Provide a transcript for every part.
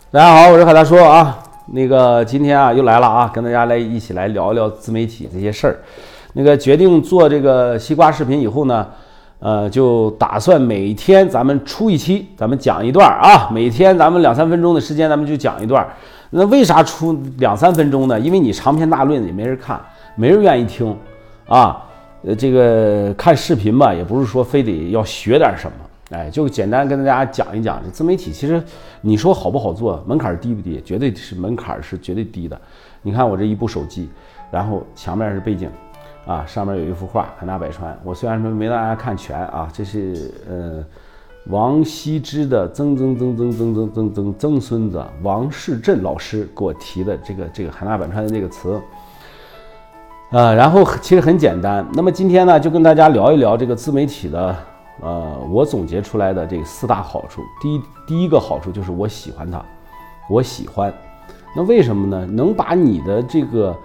大家好，我是海大叔啊。今天啊又来了啊，跟大家一起来聊一聊自媒体这些事儿。决定做这个西瓜视频以后呢，就打算每天咱们出一期，咱们讲一段啊。每天咱们2-3分钟的时间，咱们就讲一段。那为啥出2-3分钟呢？因为你长篇大论也没人看，没人愿意听啊。这个看视频吧，也不是说非得要学点什么。就简单跟大家讲一讲，这自媒体其实你说好不好做，门槛低不低？绝对是门槛是绝对低的。你看我这一部手机，然后墙面是背景啊，上面有一幅画，海纳百川。我虽然说没让大家看全啊，这是王羲之的曾孙子王世振老师给我提的这个海纳百川的这个词。然后其实很简单。那么今天呢，就跟大家聊一聊这个自媒体的。我总结出来的这4大好处，第一个好处就是我喜欢它，我喜欢。那为什么呢？能把你的这个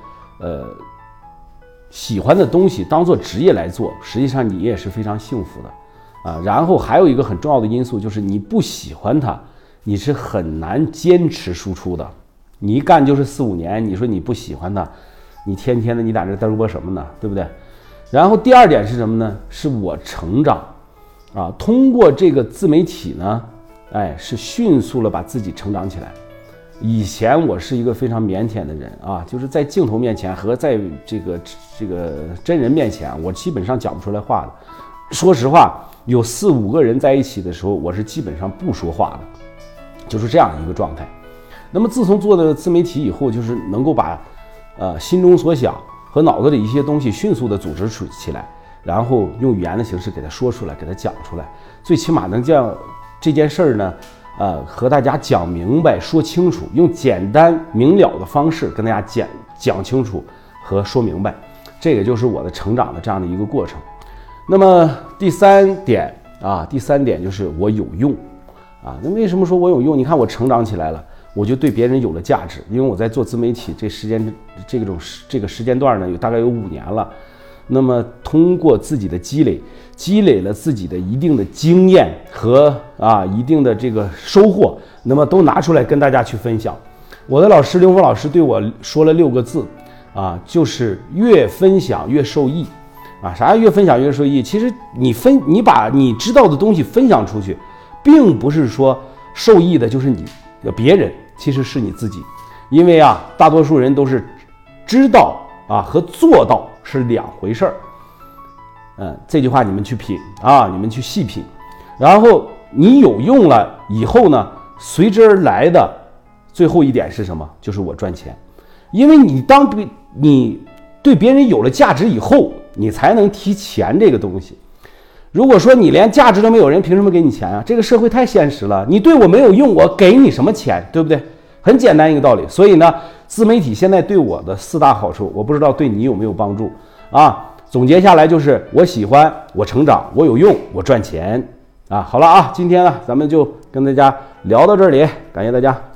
喜欢的东西当做职业来做，实际上你也是非常幸福的啊。然后还有一个很重要的因素就是你不喜欢它，你是很难坚持输出的。你一干就是4-5年，你说你不喜欢它，你天天的你在这嘚啵什么呢？对不对？然后第二点是什么呢？是我成长。通过这个自媒体呢，是迅速了把自己成长起来。以前我是一个非常腼腆的人啊，就是在镜头面前和在这个真人面前，我基本上讲不出来话的。说实话，有4-5个人在一起的时候，我是基本上不说话的，就是这样一个状态。那么自从做的自媒体以后，就是能够把心中所想和脑子里一些东西迅速的组织起来。然后用语言的形式给它说出来，给它讲出来，最起码能将这件事儿呢，和大家讲明白、说清楚，用简单明了的方式跟大家讲清楚和说明白，这个就是我的成长的这样的一个过程。那么第三点就是我有用啊。那为什么说我有用？你看我成长起来了，我就对别人有了价值，因为我在做自媒体这个时间段呢，大概有5年了。那么通过自己的积累了自己的一定的经验和一定的这个收获，那么都拿出来跟大家去分享。我的老师刘峰老师对我说了6个字就是越分享越受益啥叫越分享越受益？其实你把你知道的东西分享出去，并不是说受益的就是别人，其实是你自己。因为大多数人都是知道和做到是2回事儿。这句话你们去品你们去细品。然后你有用了以后呢，随之而来的最后一点是什么？就是我赚钱。因为当你对别人有了价值以后，你才能提钱这个东西。如果说你连价值都没有，人凭什么给你钱啊？这个社会太现实了，你对我没有用，我给你什么钱，对不对？很简单一个道理。所以呢，自媒体现在对我的4大好处，我不知道对你有没有帮助总结下来就是我喜欢，我成长，我有用，我赚钱好了今天呢咱们就跟大家聊到这里，感谢大家。